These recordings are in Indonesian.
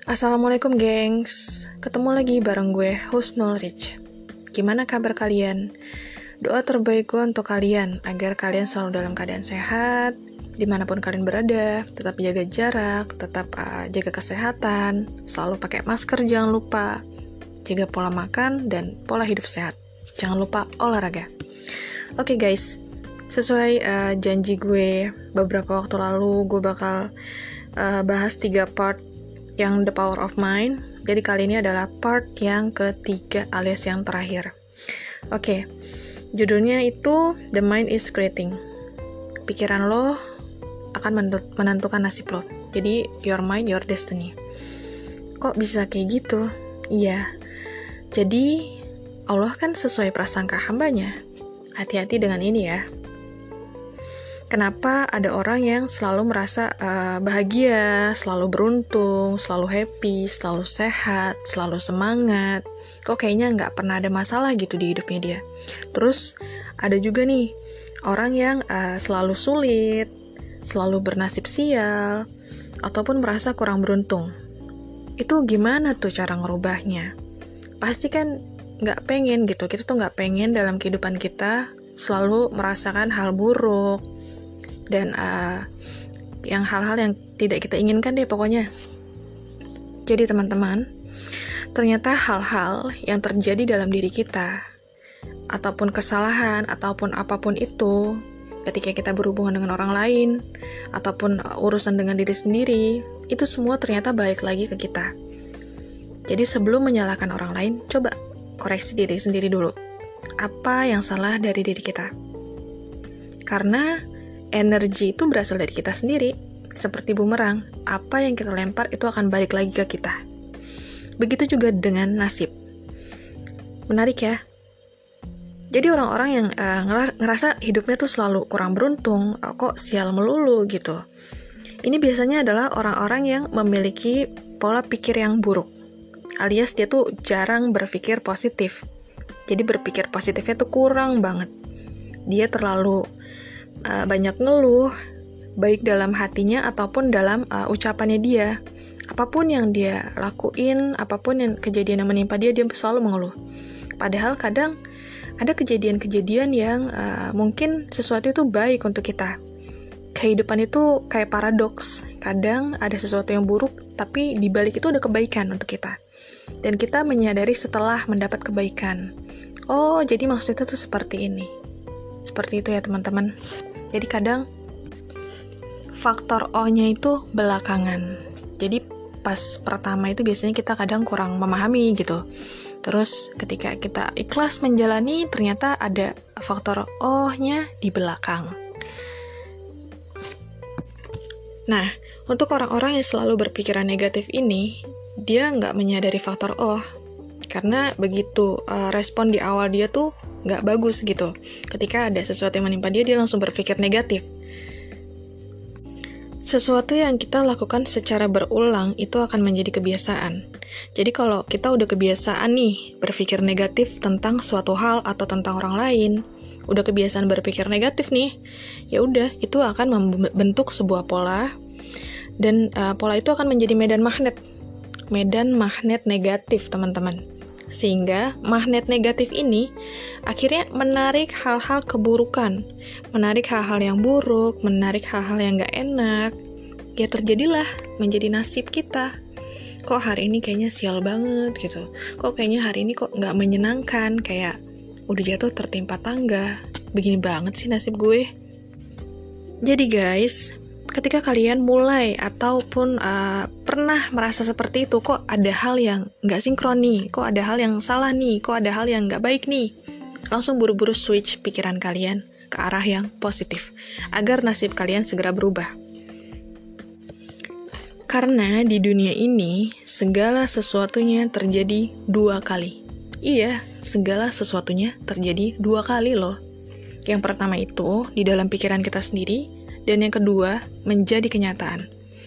Assalamualaikum gengs, ketemu lagi bareng gue, Husnul Rich. Gimana kabar kalian? Doa terbaik gue untuk kalian, agar kalian selalu dalam keadaan sehat, dimanapun kalian berada, tetap jaga jarak, tetap jaga kesehatan, selalu pakai masker jangan lupa, jaga pola makan dan pola hidup sehat. Jangan lupa olahraga. Oke guys, sesuai janji gue beberapa waktu lalu, gue bakal bahas 3 part yang The Power of Mind. Jadi kali ini adalah part yang ketiga alias yang terakhir. Oke, judulnya itu The Mind is Creating. Pikiran lo akan menentukan nasib lo. Jadi your mind, your destiny. Kok bisa kayak gitu? Iya. Jadi Allah kan sesuai prasangka hambanya. Hati-hati dengan ini ya. Kenapa ada orang yang selalu merasa bahagia, selalu beruntung, selalu happy, selalu sehat, selalu semangat. Kok kayaknya nggak pernah ada masalah gitu di hidupnya dia. Terus ada juga nih orang yang selalu sulit, selalu bernasib sial, ataupun merasa kurang beruntung. Itu gimana tuh cara ngerubahnya? Pasti kan nggak pengen gitu. Kita tuh nggak pengen dalam kehidupan kita selalu merasakan hal buruk, dan yang hal-hal yang tidak kita inginkan deh pokoknya. Jadi teman-teman, ternyata hal-hal yang terjadi dalam diri kita, ataupun kesalahan, ataupun apapun itu, ketika kita berhubungan dengan orang lain, ataupun urusan dengan diri sendiri, itu semua ternyata balik lagi ke kita. Jadi sebelum menyalahkan orang lain, coba koreksi diri sendiri dulu. Apa yang salah dari diri kita? Karena energi itu berasal dari kita sendiri, seperti bumerang. Apa yang kita lempar itu akan balik lagi ke kita. Begitu juga dengan nasib. Menarik ya? Jadi orang-orang yang ngerasa hidupnya tuh selalu kurang beruntung, kok sial melulu gitu. Ini biasanya adalah orang-orang yang memiliki pola pikir yang buruk. Alias dia tuh jarang berpikir positif. Jadi berpikir positifnya tuh kurang banget. Dia terlalu banyak ngeluh, baik dalam hatinya ataupun dalam ucapannya dia. Apapun yang dia lakuin, apapun yang kejadian yang menimpa dia selalu mengeluh. Padahal kadang ada kejadian-kejadian yang mungkin sesuatu itu baik untuk kita. Kehidupan itu kayak paradoks. Kadang ada sesuatu yang buruk, tapi di balik itu ada kebaikan untuk kita. Dan kita menyadari setelah mendapat kebaikan. Oh, jadi maksudnya tuh seperti ini. Seperti itu ya teman-teman. Jadi kadang faktor O-nya itu belakangan. Jadi pas pertama itu biasanya kita kadang kurang memahami gitu. Terus ketika kita ikhlas menjalani, ternyata ada faktor O-nya di belakang. Nah, untuk orang-orang yang selalu berpikiran negatif ini, dia nggak menyadari faktor O. Karena begitu respon di awal dia tuh nggak bagus gitu. Ketika ada sesuatu yang menimpa dia langsung berpikir negatif. Sesuatu yang kita lakukan secara berulang itu akan menjadi kebiasaan. Jadi kalau kita udah kebiasaan nih berpikir negatif tentang suatu hal atau tentang orang lain, udah kebiasaan berpikir negatif nih, ya udah itu akan membentuk sebuah pola, dan pola itu akan menjadi medan magnet negatif teman-teman. Sehingga magnet negatif ini akhirnya menarik hal-hal keburukan, menarik hal-hal yang buruk, menarik hal-hal yang gak enak. Ya terjadilah menjadi nasib kita. Kok hari ini kayaknya sial banget gitu. Kok kayaknya hari ini kok gak menyenangkan, kayak udah jatuh tertimpa tangga. Begini banget sih nasib gue. Jadi guys, ketika kalian mulai ataupun pernah merasa seperti itu, kok ada hal yang nggak sinkron nih, kok ada hal yang salah nih, kok ada hal yang nggak baik nih, langsung buru-buru switch pikiran kalian ke arah yang positif, agar nasib kalian segera berubah. Karena di dunia ini, segala sesuatunya terjadi 2 kali. Iya, segala sesuatunya terjadi 2 kali loh. Yang pertama itu, di dalam pikiran kita sendiri, dan yang kedua, menjadi kenyataan.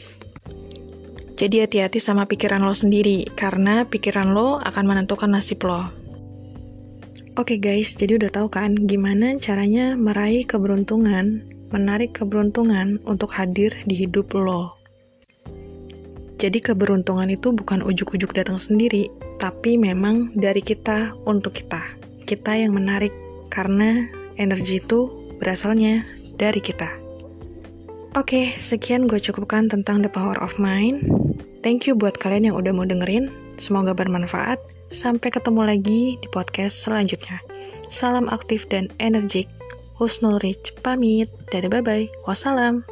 Jadi hati-hati sama pikiran lo sendiri, karena pikiran lo akan menentukan nasib lo. Oke guys, jadi udah tahu kan gimana caranya meraih keberuntungan, menarik keberuntungan untuk hadir di hidup lo. Jadi keberuntungan itu bukan ujuk-ujuk datang sendiri, tapi memang dari kita untuk kita. Kita yang menarik, karena energi itu berasalnya dari kita. Oke, sekian gue cukupkan tentang The Power of Mind. Thank you buat kalian yang udah mau dengerin. Semoga bermanfaat. Sampai ketemu lagi di podcast selanjutnya. Salam aktif dan energik. Husnul Rich pamit. Dadah, bye-bye. Wassalam.